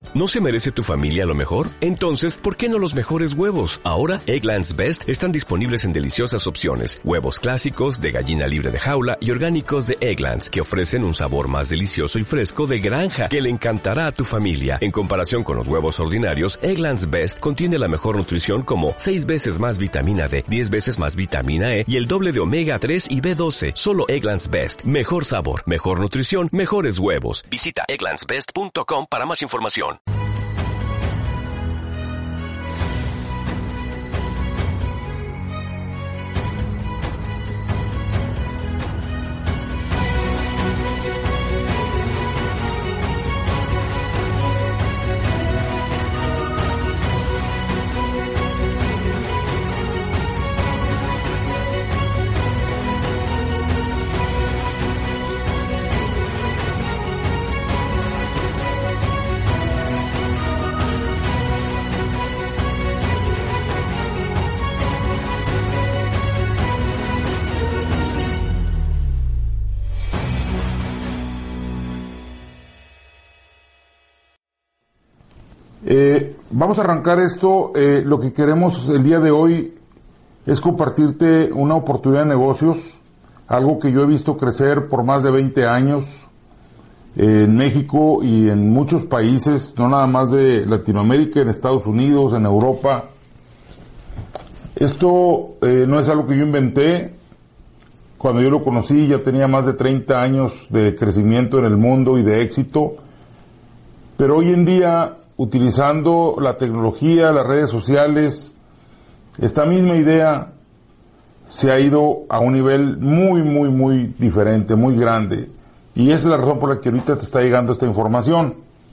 ¿No se merece tu familia lo mejor? Entonces, ¿por qué no los mejores huevos? Ahora, Eggland's Best están disponibles en deliciosas opciones. Huevos clásicos, de gallina libre de jaula y orgánicos de Eggland's, que ofrecen un sabor más delicioso y fresco de granja que le encantará a tu familia. En comparación con los huevos ordinarios, Eggland's Best contiene la mejor nutrición como 6 veces más vitamina D, 10 veces más vitamina E y el doble de omega 3 y B12. Solo Eggland's Best. Mejor sabor, mejor nutrición, mejores huevos. Visita egglandsbest.com para más información. Vamos a arrancar esto. Lo que queremos el día de hoy es compartirte una oportunidad de negocios, algo que yo he visto crecer por más de 20 años en México y en muchos países, no nada más de Latinoamérica, en Estados Unidos, en Europa. Esto no es algo que yo inventé. Cuando yo lo conocí ya tenía más de 30 años de crecimiento en el mundo y de éxito, pero hoy en día, utilizando la tecnología, las redes sociales, esta misma idea se ha ido a un nivel muy diferente, muy grande. Y esa es la razón por la que ahorita te está llegando esta información.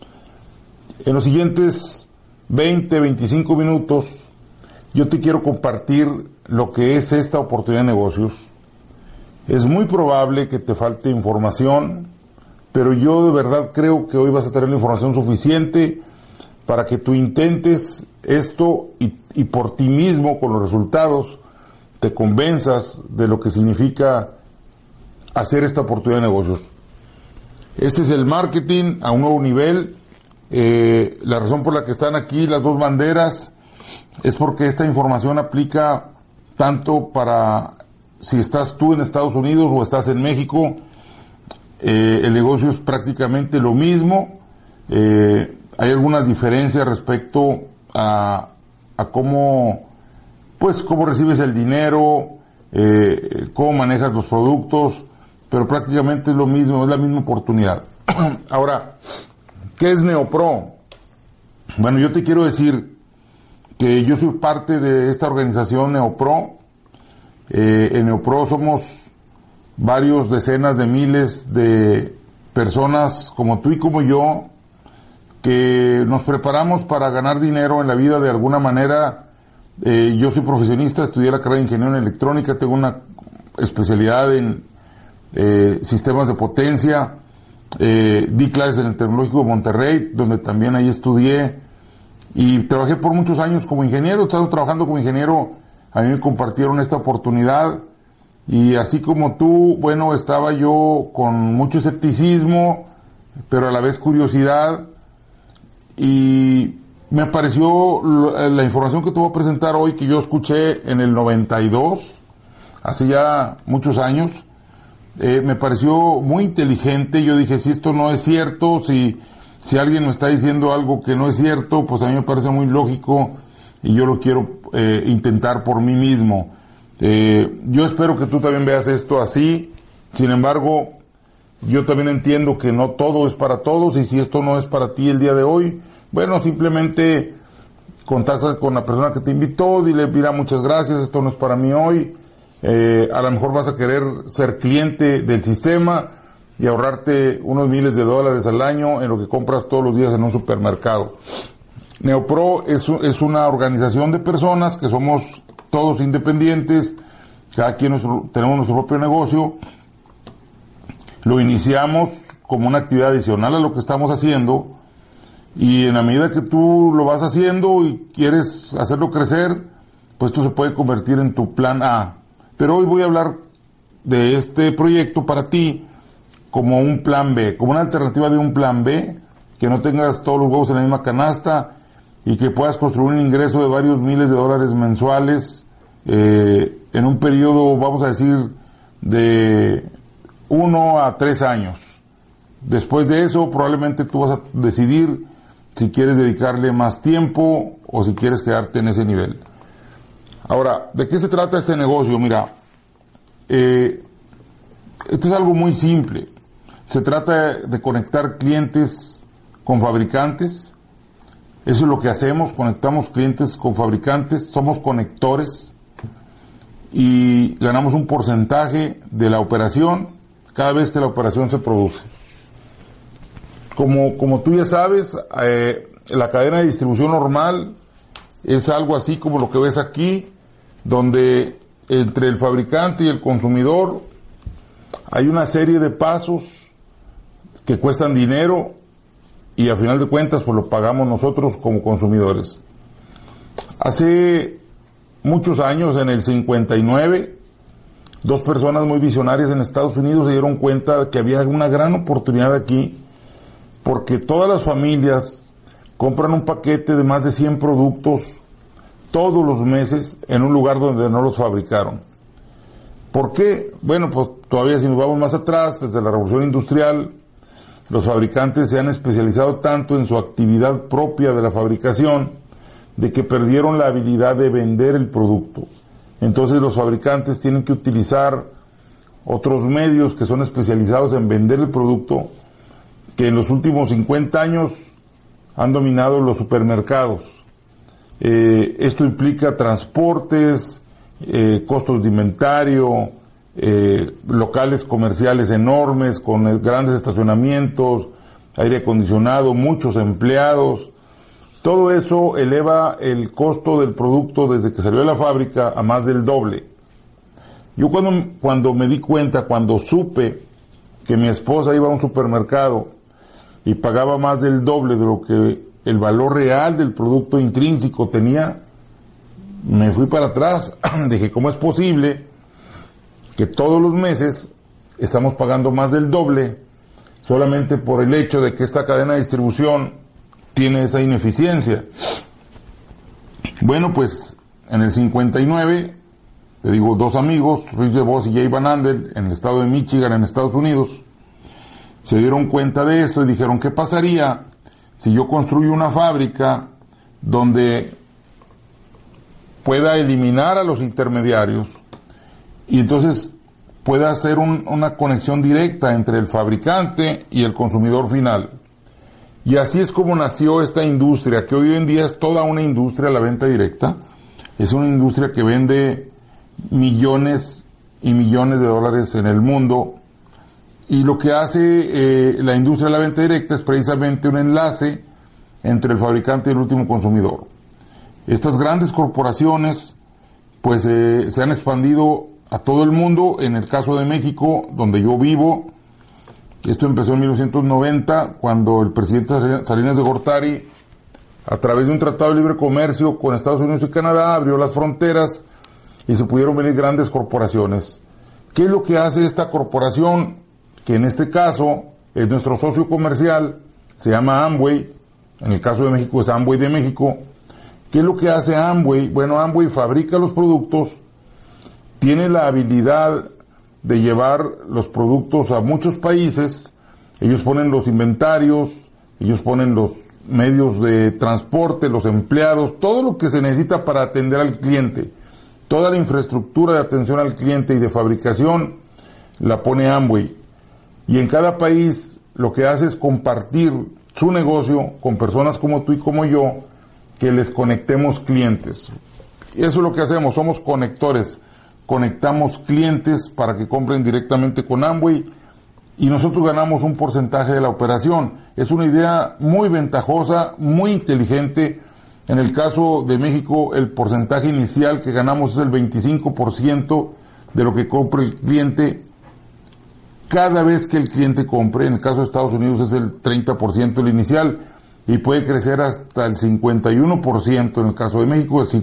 En los siguientes 20, 25 minutos, yo te quiero compartir lo que es esta oportunidad de negocios. Es muy probable que te falte información, pero yo de verdad creo que hoy vas a tener la información suficiente para que tú intentes esto y por ti mismo, con los resultados, te convenzas de lo que significa hacer esta oportunidad de negocios. Este es el marketing a un nuevo nivel. La razón por la que están aquí las dos banderas es porque esta información aplica tanto para si estás tú en Estados Unidos o estás en México. El negocio es prácticamente lo mismo. Hay algunas diferencias respecto a cómo recibes el dinero, cómo manejas los productos, pero prácticamente es lo mismo, es la misma oportunidad. Ahora, ¿qué es Neopro? Bueno, yo te quiero decir que yo soy parte de esta organización Neopro. En Neopro somos varios decenas de miles de personas como tú y como yo, que nos preparamos para ganar dinero en la vida de alguna manera. Yo soy profesionista, estudié la carrera de Ingeniería en Electrónica, tengo una especialidad en sistemas de potencia, di clases en el Tecnológico de Monterrey, donde también ahí estudié, y trabajé por muchos años como ingeniero. Estando trabajando como ingeniero, a mí me compartieron esta oportunidad, y así como tú, bueno, estaba yo con mucho escepticismo, pero a la vez curiosidad, y me apareció la información que te voy a presentar hoy, que yo escuché en el 92, hace ya muchos años. Me pareció muy inteligente. Yo dije, si esto no es cierto, si alguien me está diciendo algo que no es cierto, pues a mí me parece muy lógico y yo lo quiero intentar por mí mismo. Yo espero que tú también veas esto así. Sin embargo, yo también entiendo que no todo es para todos, y si esto no es para ti el día de hoy, bueno, simplemente contacta con la persona que te invitó, dile, mira, muchas gracias, esto no es para mí hoy. A lo mejor vas a querer ser cliente del sistema y ahorrarte unos miles de dólares al año en lo que compras todos los días en un supermercado. Neopro es una organización de personas que somos todos independientes, cada quien tenemos nuestro propio negocio. Lo iniciamos como una actividad adicional a lo que estamos haciendo, y en la medida que tú lo vas haciendo y quieres hacerlo crecer, pues esto se puede convertir en tu plan A. Pero hoy voy a hablar de este proyecto para ti como un plan B, como una alternativa de un plan B que no tengas todos los huevos en la misma canasta y que puedas construir un ingreso de varios miles de dólares mensuales en un periodo, vamos a decir, de 1 a 3 años. Después de eso, probablemente tú vas a decidir si quieres dedicarle más tiempo o si quieres quedarte en ese nivel. Ahora, ¿de qué se trata este negocio? Mira, esto es algo muy simple. Se trata de conectar clientes con fabricantes. Eso es lo que hacemos, conectamos clientes con fabricantes, somos conectores y ganamos un porcentaje de la operación cada vez que la operación se produce. Como tú ya sabes, la cadena de distribución normal es algo así como lo que ves aquí, donde entre el fabricante y el consumidor hay una serie de pasos que cuestan dinero y a final de cuentas pues lo pagamos nosotros como consumidores. Hace muchos años, en el 59, dos personas muy visionarias en Estados Unidos se dieron cuenta de que había una gran oportunidad aquí, porque todas las familias compran un paquete de más de 100 productos todos los meses en un lugar donde no los fabricaron. ¿Por qué? Bueno, pues todavía si nos vamos más atrás, desde la Revolución Industrial, los fabricantes se han especializado tanto en su actividad propia de la fabricación, de que perdieron la habilidad de vender el producto. Entonces los fabricantes tienen que utilizar otros medios que son especializados en vender el producto, que en los últimos 50 años han dominado los supermercados. Esto implica transportes, costos de inventario, locales comerciales enormes con grandes estacionamientos, aire acondicionado, muchos empleados. Todo eso eleva el costo del producto desde que salió de la fábrica a más del doble. Yo cuando me di cuenta, cuando supe que mi esposa iba a un supermercado y pagaba más del doble de lo que el valor real del producto intrínseco tenía, me fui para atrás. Dije, ¿cómo es posible que todos los meses estamos pagando más del doble solamente por el hecho de que esta cadena de distribución tiene esa ineficiencia? Bueno, pues en el 59, te digo, dos amigos, Rich DeVos y Jay Van Andel, en el estado de Michigan, en Estados Unidos, se dieron cuenta de esto y dijeron, ¿qué pasaría si yo construyo una fábrica donde pueda eliminar a los intermediarios y entonces pueda hacer una conexión directa entre el fabricante y el consumidor final? Y así es como nació esta industria, que hoy en día es toda una industria, la venta directa. Es una industria que vende millones y millones de dólares en el mundo. Y lo que hace la industria de la venta directa es precisamente un enlace entre el fabricante y el último consumidor. Estas grandes corporaciones pues se han expandido a todo el mundo. En el caso de México, donde yo vivo, esto empezó en 1990, cuando el presidente Salinas de Gortari, a través de un tratado de libre comercio con Estados Unidos y Canadá, abrió las fronteras y se pudieron venir grandes corporaciones. ¿Qué es lo que hace esta corporación? Que en este caso es nuestro socio comercial, se llama Amway. En el caso de México es Amway de México. ¿Qué es lo que hace Amway? Bueno, Amway fabrica los productos, tiene la habilidad de llevar los productos a muchos países. Ellos ponen los inventarios, ellos ponen los medios de transporte, los empleados, todo lo que se necesita para atender al cliente. Toda la infraestructura de atención al cliente y de fabricación la pone Amway. Y en cada país lo que hace es compartir su negocio con personas como tú y como yo, que les conectemos clientes. Y eso es lo que hacemos, somos conectores. Conectamos clientes para que compren directamente con Amway y nosotros ganamos un porcentaje de la operación. Es una idea muy ventajosa, muy inteligente. En el caso de México, el porcentaje inicial que ganamos es el 25% de lo que compre el cliente cada vez que el cliente compre. En el caso de Estados Unidos es el 30% el inicial y puede crecer hasta el 51% en el caso de México, el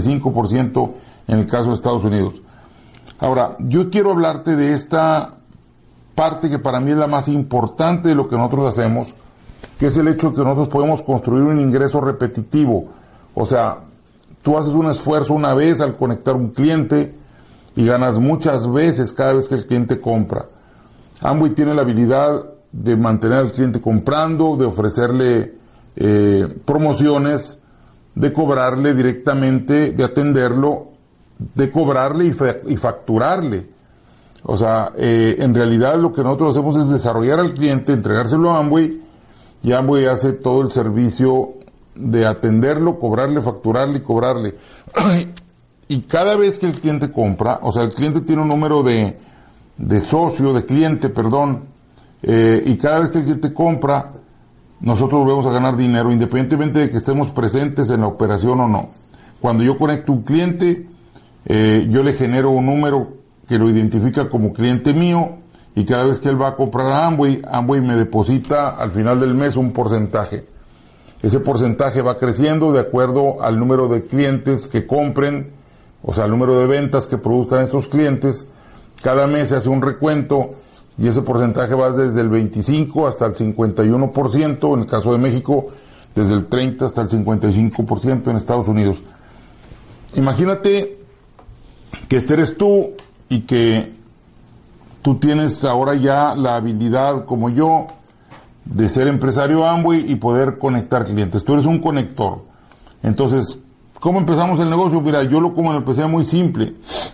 55% en el caso de Estados Unidos. Ahora, yo quiero hablarte de esta parte que para mí es la más importante de lo que nosotros hacemos, que es el hecho de que nosotros podemos construir un ingreso repetitivo. O sea, tú haces un esfuerzo una vez al conectar un cliente y ganas muchas veces cada vez que el cliente compra. Amway tiene la habilidad de mantener al cliente comprando, de ofrecerle promociones, de cobrarle directamente, de atenderlo, de cobrarle y facturarle. O sea, en realidad lo que nosotros hacemos es desarrollar al cliente, entregárselo a Amway, y Amway hace todo el servicio de atenderlo, cobrarle, facturarle y cobrarle. Y cada vez que el cliente compra, o sea, el cliente tiene un número de cliente, y cada vez que el cliente compra, nosotros volvemos a ganar dinero, independientemente de que estemos presentes en la operación o no. Cuando yo conecto un cliente, yo le genero un número que lo identifica como cliente mío, y cada vez que él va a comprar a Amway, Amway me deposita al final del mes un porcentaje. Ese porcentaje va creciendo de acuerdo al número de clientes que compren, o sea, el número de ventas que produzcan estos clientes. Cada mes se hace un recuento y ese porcentaje va desde el 25 hasta el 51%, en el caso de México, desde el 30 hasta el 55% en Estados Unidos. Imagínate que este eres tú y que tú tienes ahora ya la habilidad, como yo, de ser empresario Amway y poder conectar clientes. Tú eres un conector. Entonces, ¿cómo empezamos el negocio? Mira, yo lo empecé muy simple.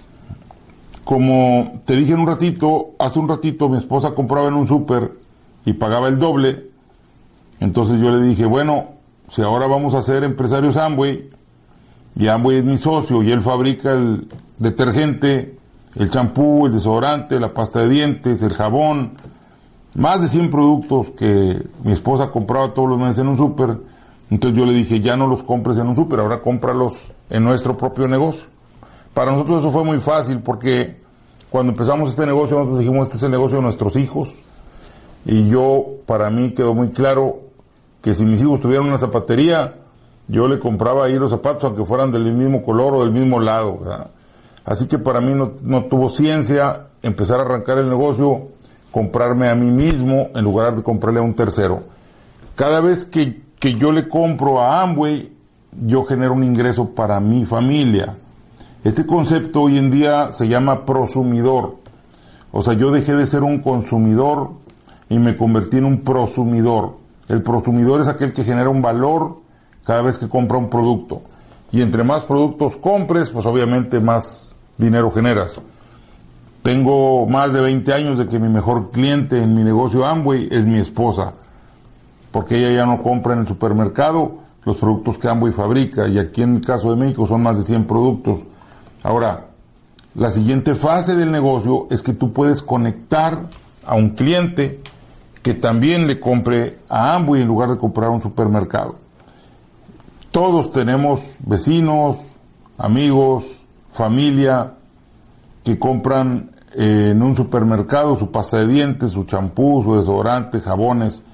Como te dije hace un ratito mi esposa compraba en un súper y pagaba el doble. Entonces yo le dije, bueno, si ahora vamos a ser empresarios Amway, y Amway es mi socio y él fabrica el detergente, el champú, el desodorante, la pasta de dientes, el jabón, más de 100 productos que mi esposa compraba todos los meses en un súper. Entonces yo le dije, ya no los compres en un súper, ahora cómpralos en nuestro propio negocio. Para nosotros eso fue muy fácil, porque cuando empezamos este negocio nosotros dijimos, este es el negocio de nuestros hijos, y para mí quedó muy claro que si mis hijos tuvieran una zapatería, yo le compraba ahí los zapatos aunque fueran del mismo color o del mismo lado, ¿verdad? Así que para mí no tuvo ciencia empezar a arrancar el negocio, comprarme a mí mismo en lugar de comprarle a un tercero. Cada vez que yo le compro a Amway, yo genero un ingreso para mi familia. Este concepto hoy en día se llama prosumidor. O sea, yo dejé de ser un consumidor y me convertí en un prosumidor. El prosumidor es aquel que genera un valor cada vez que compra un producto. Y entre más productos compres, pues obviamente más dinero generas. Tengo más de 20 años de que mi mejor cliente en mi negocio Amway es mi esposa, porque ella ya no compra en el supermercado los productos que Amway fabrica, y aquí en el caso de México son más de 100 productos. Ahora, la siguiente fase del negocio es que tú puedes conectar a un cliente que también le compre a Amway en lugar de comprar a un supermercado. Todos tenemos vecinos, amigos, familia, que compran en un supermercado su pasta de dientes, su champú, su desodorante, jabones.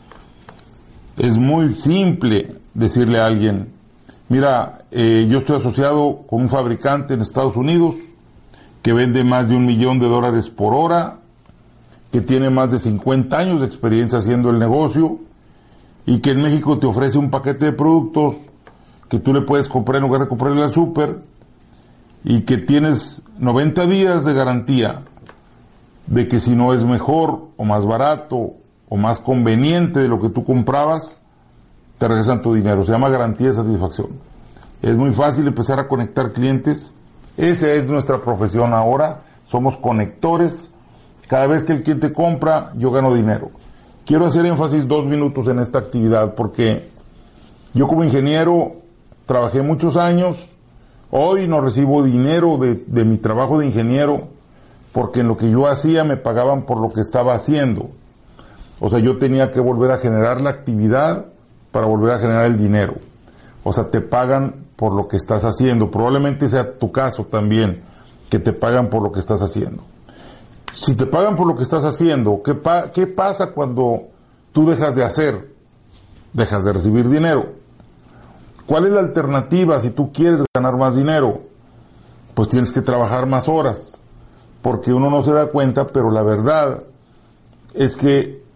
Es muy simple decirle a alguien, mira, yo estoy asociado con un fabricante en Estados Unidos que vende más de $1 millón por hora, que tiene más de 50 años de experiencia haciendo el negocio, y que en México te ofrece un paquete de productos que tú le puedes comprar en lugar de comprarle al súper, y que tienes 90 días de garantía de que si no es mejor o más barato o más conveniente de lo que tú comprabas, te regresan tu dinero. Se llama garantía de satisfacción. Es muy fácil empezar a conectar clientes. Esa es nuestra profesión ahora. Somos conectores. Cada vez que el cliente compra, yo gano dinero. Quiero hacer énfasis 2 minutos en esta actividad, porque yo como ingeniero trabajé muchos años. Hoy no recibo dinero de mi trabajo de ingeniero, porque en lo que yo hacía me pagaban por lo que estaba haciendo. O sea, yo tenía que volver a generar la actividad para volver a generar el dinero. O sea, te pagan por lo que estás haciendo. Probablemente sea tu caso también, que te pagan por lo que estás haciendo. Si te pagan por lo que estás haciendo, ¿qué pasa cuando tú dejas de hacer? Dejas de recibir dinero. ¿Cuál es la alternativa si tú quieres ganar más dinero? Pues tienes que trabajar más horas, porque uno no se da cuenta, pero la verdad es que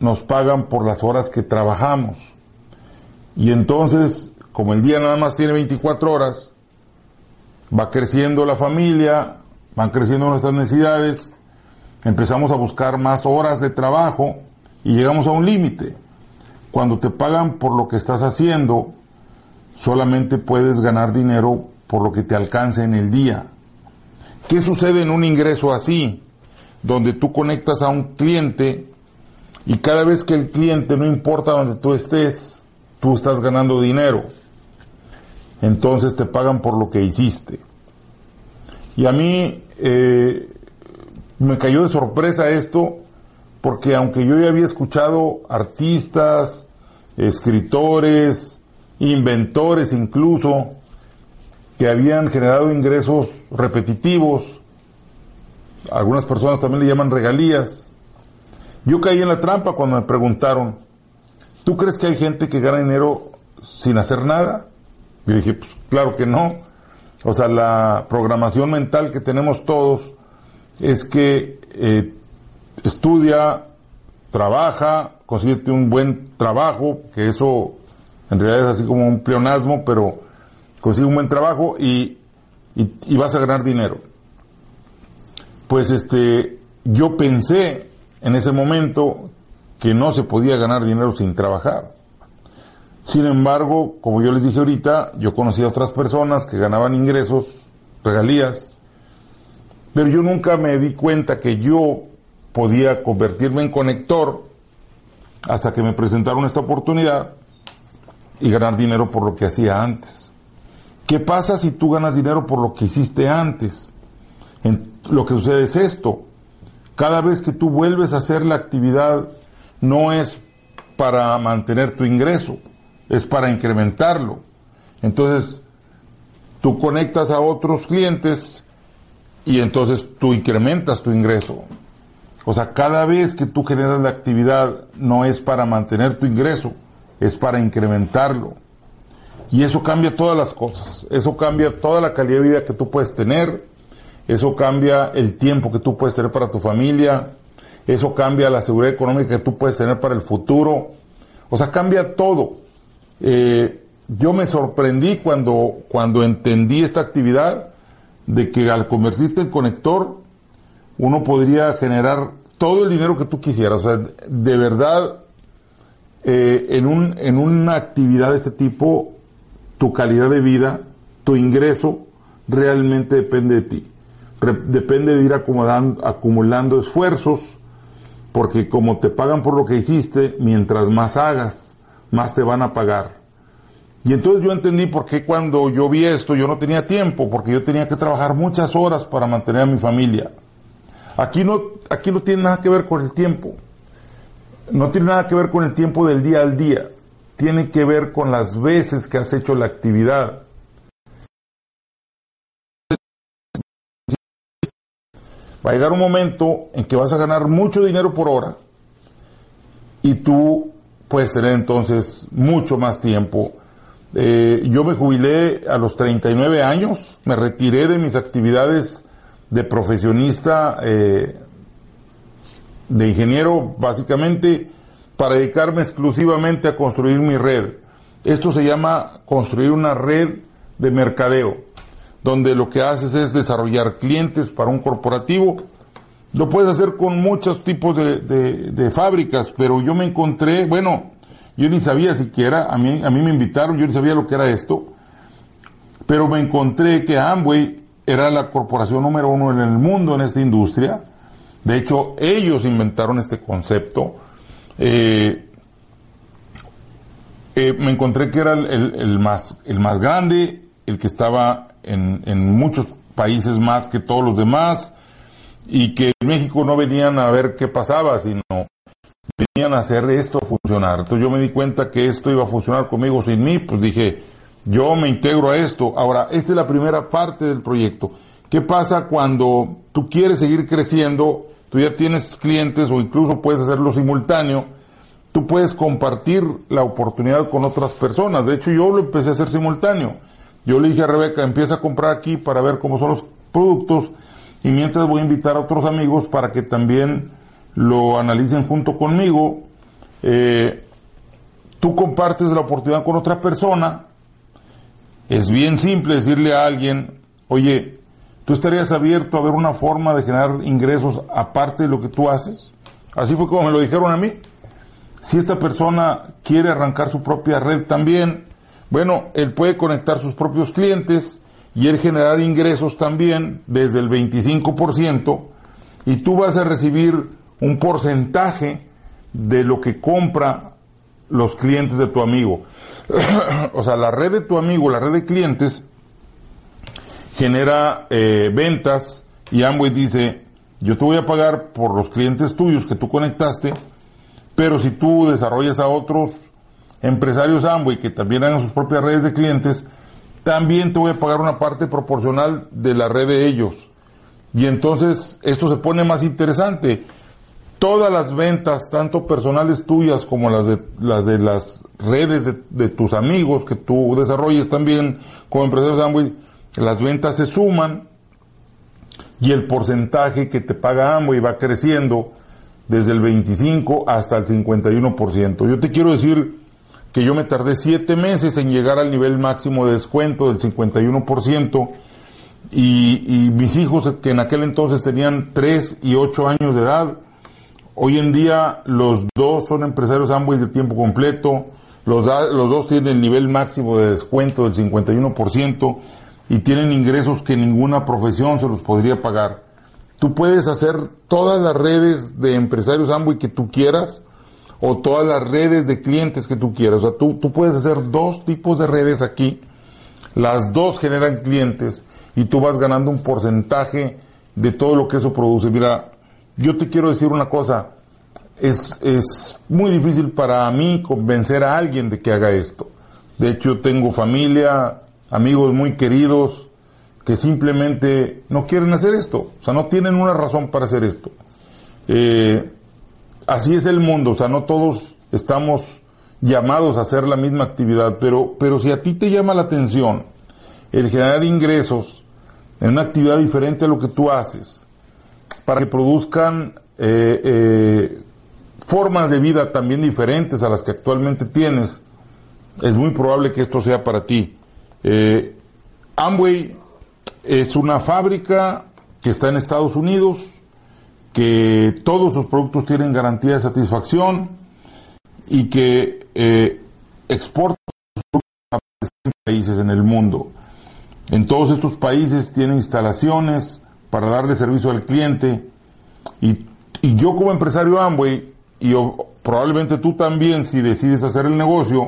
nos pagan por las horas que trabajamos. Y entonces, como el día nada más tiene 24 horas, va creciendo la familia, van creciendo nuestras necesidades, empezamos a buscar más horas de trabajo y llegamos a un límite. Cuando te pagan por lo que estás haciendo, solamente puedes ganar dinero por lo que te alcance en el día. ¿Qué sucede en un ingreso así? Donde tú conectas a un cliente y cada vez que el cliente, no importa donde tú estés, tú estás ganando dinero. Entonces te pagan por lo que hiciste. Y a mí me cayó de sorpresa esto, porque aunque yo ya había escuchado artistas, escritores, inventores incluso, que habían generado ingresos repetitivos, algunas personas también le llaman regalías, yo caí en la trampa cuando me preguntaron, ¿tú crees que hay gente que gana dinero sin hacer nada? Yo dije, pues claro que no. O sea, la programación mental que tenemos todos es que estudia, trabaja, consíguete un buen trabajo, que eso en realidad es así como un pleonasmo, pero consigue un buen trabajo y vas a ganar dinero. Pues yo pensé en ese momento que no se podía ganar dinero sin trabajar. Sin embargo, como yo les dije ahorita, yo conocí a otras personas que ganaban ingresos, regalías, pero yo nunca me di cuenta que yo podía convertirme en conector hasta que me presentaron esta oportunidad y ganar dinero por lo que hacía antes. ¿Qué pasa si tú ganas dinero por lo que hiciste antes? Lo que sucede es esto: cada vez que tú vuelves a hacer la actividad, no es para mantener tu ingreso, es para incrementarlo. Entonces, tú conectas a otros clientes y entonces tú incrementas tu ingreso. O sea, cada vez que tú generas la actividad, no es para mantener tu ingreso, es para incrementarlo. Y eso cambia todas las cosas. Eso cambia toda la calidad de vida que tú puedes tener. Eso cambia el tiempo que tú puedes tener para tu familia. Eso cambia la seguridad económica que tú puedes tener para el futuro. O sea, cambia todo. Yo me sorprendí cuando entendí esta actividad, de que al convertirte en conector, uno podría generar todo el dinero que tú quisieras. O sea, de verdad, en una actividad de este tipo, tu calidad de vida, tu ingreso, realmente depende de ti. Depende de ir acumulando esfuerzos, porque como te pagan por lo que hiciste, mientras más hagas, más te van a pagar. Y entonces yo entendí por qué cuando yo vi esto yo no tenía tiempo, porque yo tenía que trabajar muchas horas para mantener a mi familia. Aquí no tiene nada que ver con el tiempo. No tiene nada que ver con el tiempo del día al día. Tiene que ver con las veces que has hecho la actividad. Va a llegar un momento en que vas a ganar mucho dinero por hora y tú puedes tener entonces mucho más tiempo. Yo me jubilé a los 39 años, me retiré de mis actividades de profesionista, de ingeniero, básicamente, para dedicarme exclusivamente a construir mi red. Esto se llama construir una red de mercadeo, donde lo que haces es desarrollar clientes para un corporativo. Lo puedes hacer con muchos tipos de fábricas, pero yo me encontré, yo ni sabía siquiera, a mí me invitaron, yo ni sabía lo que era esto, pero me encontré que Amway era la corporación número 1 en el mundo en esta industria. De hecho, ellos inventaron este concepto. Me encontré que era el más grande, el que estaba en muchos países más que todos los demás, y que en México no venían a ver qué pasaba, sino venían a hacer esto funcionar. Entonces yo me di cuenta que esto iba a funcionar conmigo sin mí, pues dije, yo me integro a esto. Ahora, esta es la primera parte del proyecto. ¿Qué pasa cuando tú quieres seguir creciendo? Tú ya tienes clientes o incluso puedes hacerlo simultáneo. Tú puedes compartir la oportunidad con otras personas. De hecho, yo lo empecé a hacer simultáneo. Yo le dije a Rebeca, empieza a comprar aquí para ver cómo son los productos, y mientras voy a invitar a otros amigos para que también lo analicen junto conmigo, tú compartes la oportunidad con otra persona. Es bien simple decirle a alguien, oye, ¿tú estarías abierto a ver una forma de generar ingresos aparte de lo que tú haces? Así fue como me lo dijeron a mí. Si esta persona quiere arrancar su propia red también, bueno, él puede conectar sus propios clientes y él generar ingresos también desde el 25%, y tú vas a recibir un porcentaje de lo que compra los clientes de tu amigo. O sea, la red de tu amigo, la red de clientes, genera ventas, y Amway dice, yo te voy a pagar por los clientes tuyos que tú conectaste, pero si tú desarrollas a otros empresarios Amway que también hagan sus propias redes de clientes, también te voy a pagar una parte proporcional de la red de ellos. Y entonces esto se pone más interesante. Todas las ventas, tanto personales tuyas como las de las redes de tus amigos que tú desarrolles también como empresarios de Amway, las ventas se suman y el porcentaje que te paga Amway va creciendo desde el 25 hasta el 51%. Yo te quiero decir que yo me tardé 7 meses en llegar al nivel máximo de descuento del 51%, y mis hijos, que en aquel entonces tenían 3 y 8 años de edad, hoy en día los dos son empresarios Amway de tiempo completo, los dos tienen el nivel máximo de descuento del 51% y tienen ingresos que ninguna profesión se los podría pagar. Tú puedes hacer todas las redes de empresarios Amway que tú quieras, o todas las redes de clientes que tú quieras. O sea, tú puedes hacer 2 tipos de redes aquí, las 2 generan clientes y tú vas ganando un porcentaje de todo lo que eso produce. Mira, yo te quiero decir una cosa, es muy difícil para mí convencer a alguien de que haga esto. De hecho, tengo familia, amigos muy queridos que simplemente no quieren hacer esto, o sea, no tienen una razón para hacer esto. Así es el mundo, o sea, no todos estamos llamados a hacer la misma actividad, pero si a ti te llama la atención el generar ingresos en una actividad diferente a lo que tú haces, para que produzcan formas de vida también diferentes a las que actualmente tienes, es muy probable que esto sea para ti. Amway es una fábrica que está en Estados Unidos, que todos sus productos tienen garantía de satisfacción y que exporta a países en el mundo. En todos estos países tiene instalaciones para darle servicio al cliente, y yo como empresario Amway, y probablemente tú también, si decides hacer el negocio,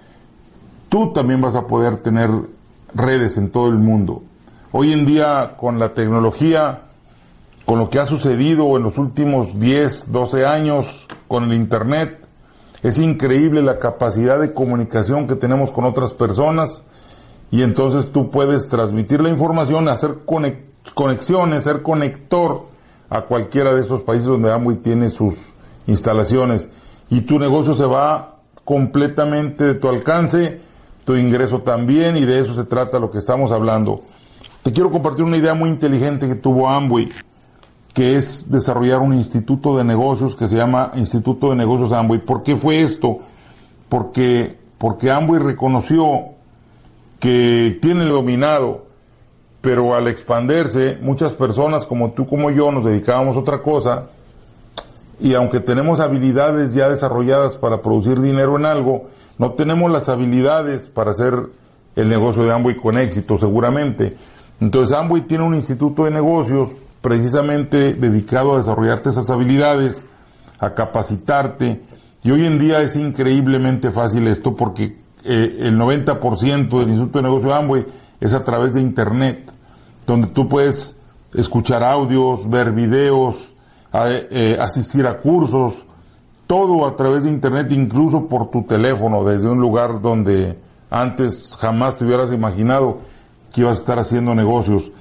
tú también vas a poder tener redes en todo el mundo. Hoy en día, con la tecnología, con lo que ha sucedido en los últimos 10, 12 años con el Internet, es increíble la capacidad de comunicación que tenemos con otras personas, y entonces tú puedes transmitir la información, hacer conexiones, ser conector a cualquiera de esos países donde Amway tiene sus instalaciones, y tu negocio se va completamente de tu alcance, tu ingreso también, y de eso se trata lo que estamos hablando. Te quiero compartir una idea muy inteligente que tuvo Amway, que es desarrollar un instituto de negocios que se llama Instituto de Negocios Amway. ¿Por qué fue esto? Porque Amway reconoció que tiene el dominado, pero al expandirse, muchas personas como tú, como yo, nos dedicábamos a otra cosa, y aunque tenemos habilidades ya desarrolladas para producir dinero en algo, no tenemos las habilidades para hacer el negocio de Amway con éxito, seguramente. Entonces Amway tiene un instituto de negocios precisamente dedicado a desarrollarte esas habilidades, a capacitarte, y hoy en día es increíblemente fácil esto, porque el 90% del Instituto de Negocios de Amway es a través de Internet, donde tú puedes escuchar audios, ver videos, asistir a cursos, todo a través de Internet, incluso por tu teléfono, desde un lugar donde antes jamás te hubieras imaginado que ibas a estar haciendo negocios.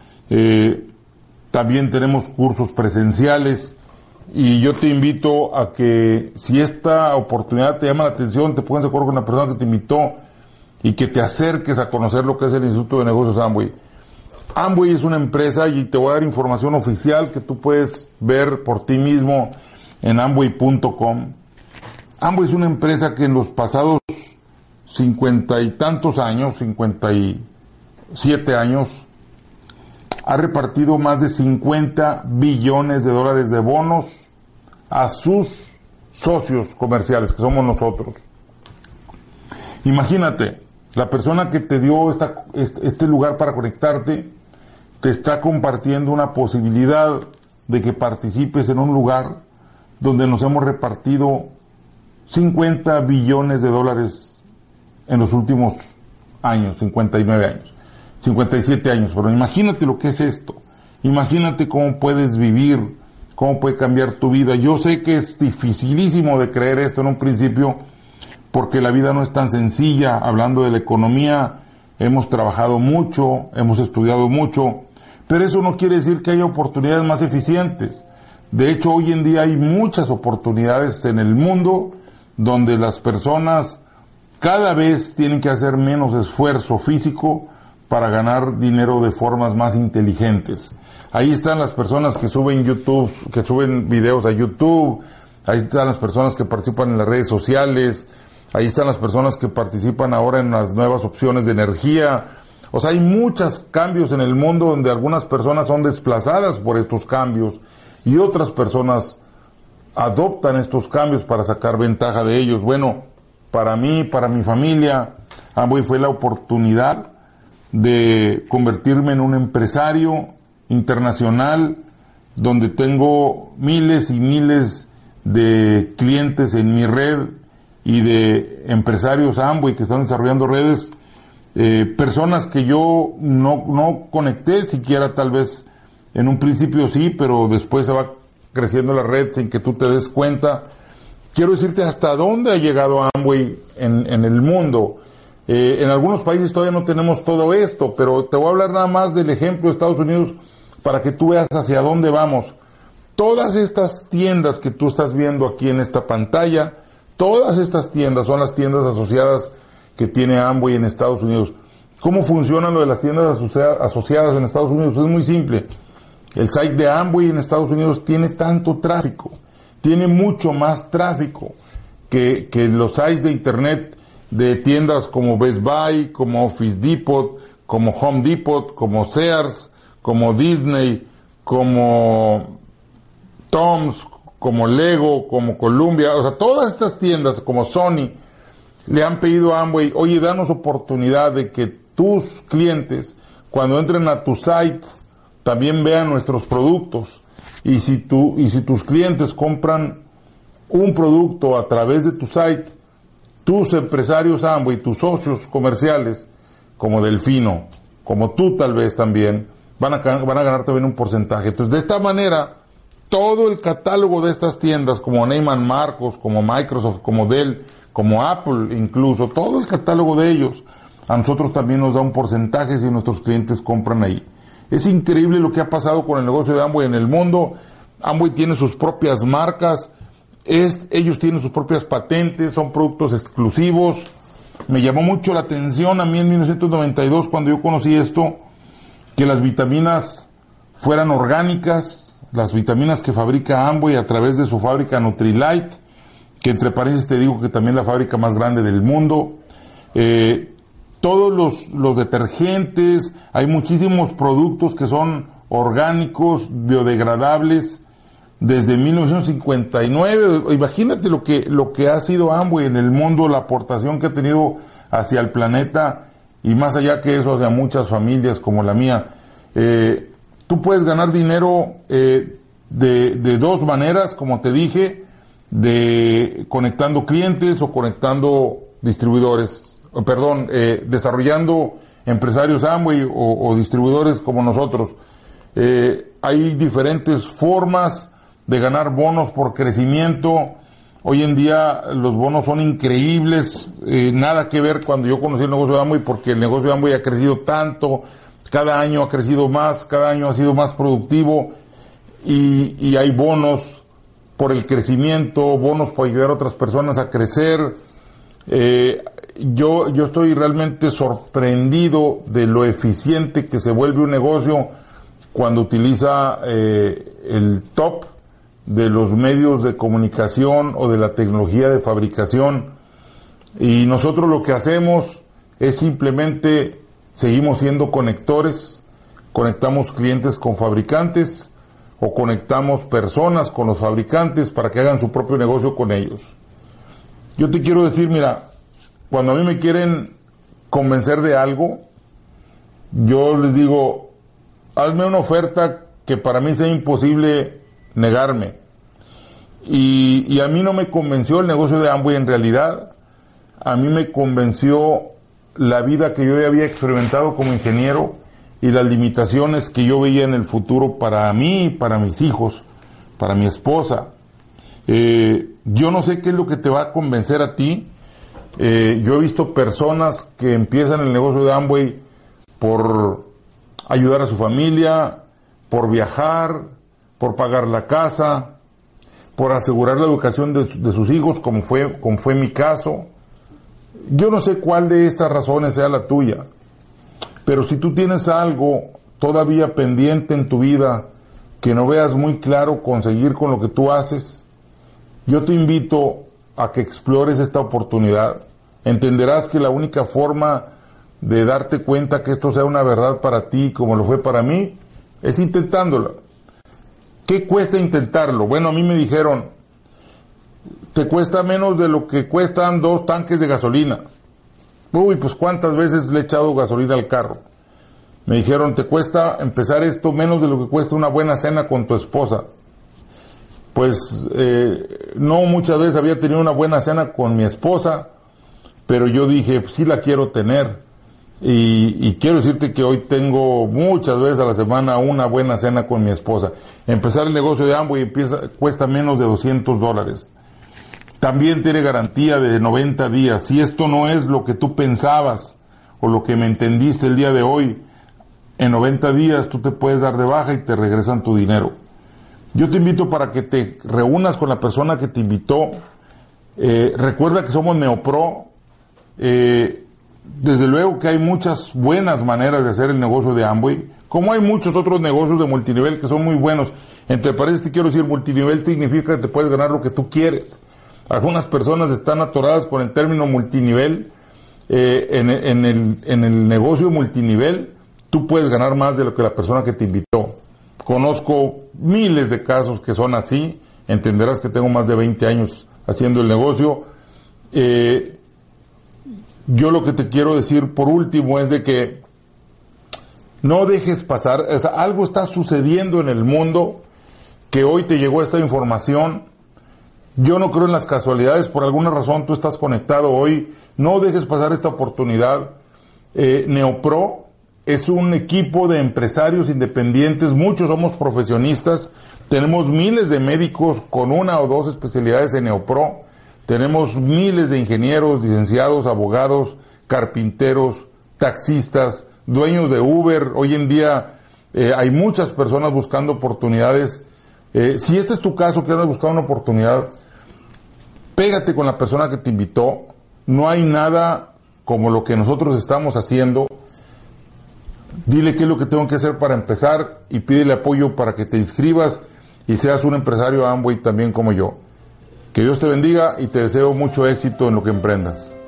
También tenemos cursos presenciales, y yo te invito a que, si esta oportunidad te llama la atención, te pongas de acuerdo con la persona que te invitó y que te acerques a conocer lo que es el Instituto de Negocios Amway. Amway es una empresa, y te voy a dar información oficial que tú puedes ver por ti mismo en amway.com. Amway es una empresa que en los pasados 50 y tantos años, 57 años, ha repartido más de 50 billones de dólares de bonos a sus socios comerciales, que somos nosotros. Imagínate, la persona que te dio este lugar para conectarte, te está compartiendo una posibilidad de que participes en un lugar donde nos hemos repartido 50 billones de dólares en los últimos años, 59 años, 57 años. Pero imagínate lo que es esto. Imagínate cómo puedes vivir, cómo puede cambiar tu vida. Yo sé que es dificilísimo de creer esto en un principio, porque la vida no es tan sencilla. Hablando de la economía, hemos trabajado mucho, hemos estudiado mucho, pero eso no quiere decir que haya oportunidades más eficientes. De hecho, hoy en día hay muchas oportunidades en el mundo donde las personas cada vez tienen que hacer menos esfuerzo físico para ganar dinero de formas más inteligentes. Ahí están las personas que suben videos a YouTube, ahí están las personas que participan en las redes sociales, ahí están las personas que participan ahora en las nuevas opciones de energía. O sea, hay muchos cambios en el mundo donde algunas personas son desplazadas por estos cambios y otras personas adoptan estos cambios para sacar ventaja de ellos. Bueno, para mí, para mi familia, Amway fue la oportunidad de convertirme en un empresario internacional donde tengo miles y miles de clientes en mi red y de empresarios Amway que están desarrollando redes, personas que yo no conecté siquiera, tal vez en un principio sí, pero después se va creciendo la red sin que tú te des cuenta. Quiero decirte hasta dónde ha llegado Amway en el mundo. En algunos países todavía no tenemos todo esto, pero te voy a hablar nada más del ejemplo de Estados Unidos para que tú veas hacia dónde vamos. Todas estas tiendas que tú estás viendo aquí en esta pantalla, todas estas tiendas son las tiendas asociadas que tiene Amway en Estados Unidos. ¿Cómo funciona lo de las tiendas asociadas en Estados Unidos? Es muy simple. El site de Amway en Estados Unidos tiene tanto tráfico, tiene mucho más tráfico que los sites de internet de tiendas como Best Buy, como Office Depot, como Home Depot, como Sears, como Disney, como Tom's, como Lego, como Columbia. O sea, todas estas tiendas como Sony le han pedido a Amway: oye, danos oportunidad de que tus clientes, cuando entren a tu site, también vean nuestros productos. Y si tus clientes compran un producto a través de tu site, tus empresarios Amway, tus socios comerciales, como Delfino, como tú tal vez también, van a ganar también un porcentaje. Entonces, de esta manera, todo el catálogo de estas tiendas, como Neiman Marcus, como Microsoft, como Dell, como Apple incluso, todo el catálogo de ellos, a nosotros también nos da un porcentaje si nuestros clientes compran ahí. Es increíble lo que ha pasado con el negocio de Amway en el mundo. Amway tiene sus propias marcas, ellos tienen sus propias patentes, son productos exclusivos. Me llamó mucho la atención a mí en 1992, cuando yo conocí esto, que las vitaminas fueran orgánicas, las vitaminas que fabrica Amway a través de su fábrica Nutrilite, que entre paréntesis te digo que también es la fábrica más grande del mundo. Todos los detergentes, hay muchísimos productos que son orgánicos, biodegradables, desde 1959. Imagínate lo que ha sido Amway en el mundo, la aportación que ha tenido hacia el planeta y más allá que eso, hacia muchas familias como la mía. Tú puedes ganar dinero de dos maneras, como te dije, de conectando clientes o conectando distribuidores. Desarrollando empresarios Amway o distribuidores como nosotros. Hay diferentes formas de ganar bonos por crecimiento. Hoy en día los bonos son increíbles, nada que ver cuando yo conocí el negocio de Amway, porque el negocio de Amway ha crecido tanto, cada año ha crecido más, cada año ha sido más productivo y hay bonos por el crecimiento, bonos para ayudar a otras personas a crecer. Yo estoy realmente sorprendido de lo eficiente que se vuelve un negocio cuando utiliza el top de los medios de comunicación o de la tecnología de fabricación, y nosotros lo que hacemos es simplemente seguimos siendo conectores, conectamos clientes con fabricantes o conectamos personas con los fabricantes para que hagan su propio negocio con ellos. Yo te quiero decir, mira, cuando a mí me quieren convencer de algo, yo les digo, hazme una oferta que para mí sea imposible negarme. Y a mí no me convenció el negocio de Amway en realidad, a mí me convenció la vida que yo ya había experimentado como ingeniero y las limitaciones que yo veía en el futuro para mí, para mis hijos, para mi esposa. Yo no sé qué es lo que te va a convencer a ti. Yo he visto personas que empiezan el negocio de Amway por ayudar a su familia, por viajar, por pagar la casa, por asegurar la educación de sus hijos, como fue mi caso. Yo no sé cuál de estas razones sea la tuya, pero si tú tienes algo todavía pendiente en tu vida que no veas muy claro conseguir con lo que tú haces, yo te invito a que explores esta oportunidad. Entenderás que la única forma de darte cuenta que esto sea una verdad para ti, como lo fue para mí, es intentándolo. ¿Qué cuesta intentarlo? Bueno, a mí me dijeron, te cuesta menos de lo que cuestan 2 tanques de gasolina. Uy, pues ¿cuántas veces le he echado gasolina al carro? Me dijeron, te cuesta empezar esto menos de lo que cuesta una buena cena con tu esposa. Pues no muchas veces había tenido una buena cena con mi esposa, pero yo dije, pues, sí la quiero tener. Y quiero decirte que hoy tengo muchas veces a la semana una buena cena con mi esposa. Empezar el negocio de Amway cuesta menos de $200. También tiene garantía de 90 días. Si esto no es lo que tú pensabas o lo que me entendiste el día de hoy, en 90 días tú te puedes dar de baja y te regresan tu dinero. Yo te invito para que te reúnas con la persona que te invitó. Recuerda que somos Neopro. Desde luego que hay muchas buenas maneras de hacer el negocio de Amway, como hay muchos otros negocios de multinivel que son muy buenos. Entre paréntesis te quiero decir, multinivel significa que te puedes ganar lo que tú quieres. Algunas personas están atoradas con el término multinivel. En el negocio multinivel tú puedes ganar más de lo que la persona que te invitó. Conozco miles de casos que son así. Entenderás que tengo más de 20 años haciendo el negocio. Yo lo que te quiero decir por último es de que no dejes pasar, o sea, algo está sucediendo en el mundo que hoy te llegó esta información. Yo no creo en las casualidades, por alguna razón tú estás conectado hoy, no dejes pasar esta oportunidad. Neopro es un equipo de empresarios independientes, muchos somos profesionistas, tenemos miles de médicos con 1 o 2 especialidades en Neopro. Tenemos miles de ingenieros, licenciados, abogados, carpinteros, taxistas, dueños de Uber. Hoy en día hay muchas personas buscando oportunidades. Si este es tu caso, que andas buscando una oportunidad, pégate con la persona que te invitó. No hay nada como lo que nosotros estamos haciendo. Dile qué es lo que tengo que hacer para empezar y pídele apoyo para que te inscribas y seas un empresario Amway también como yo. Que Dios te bendiga y te deseo mucho éxito en lo que emprendas.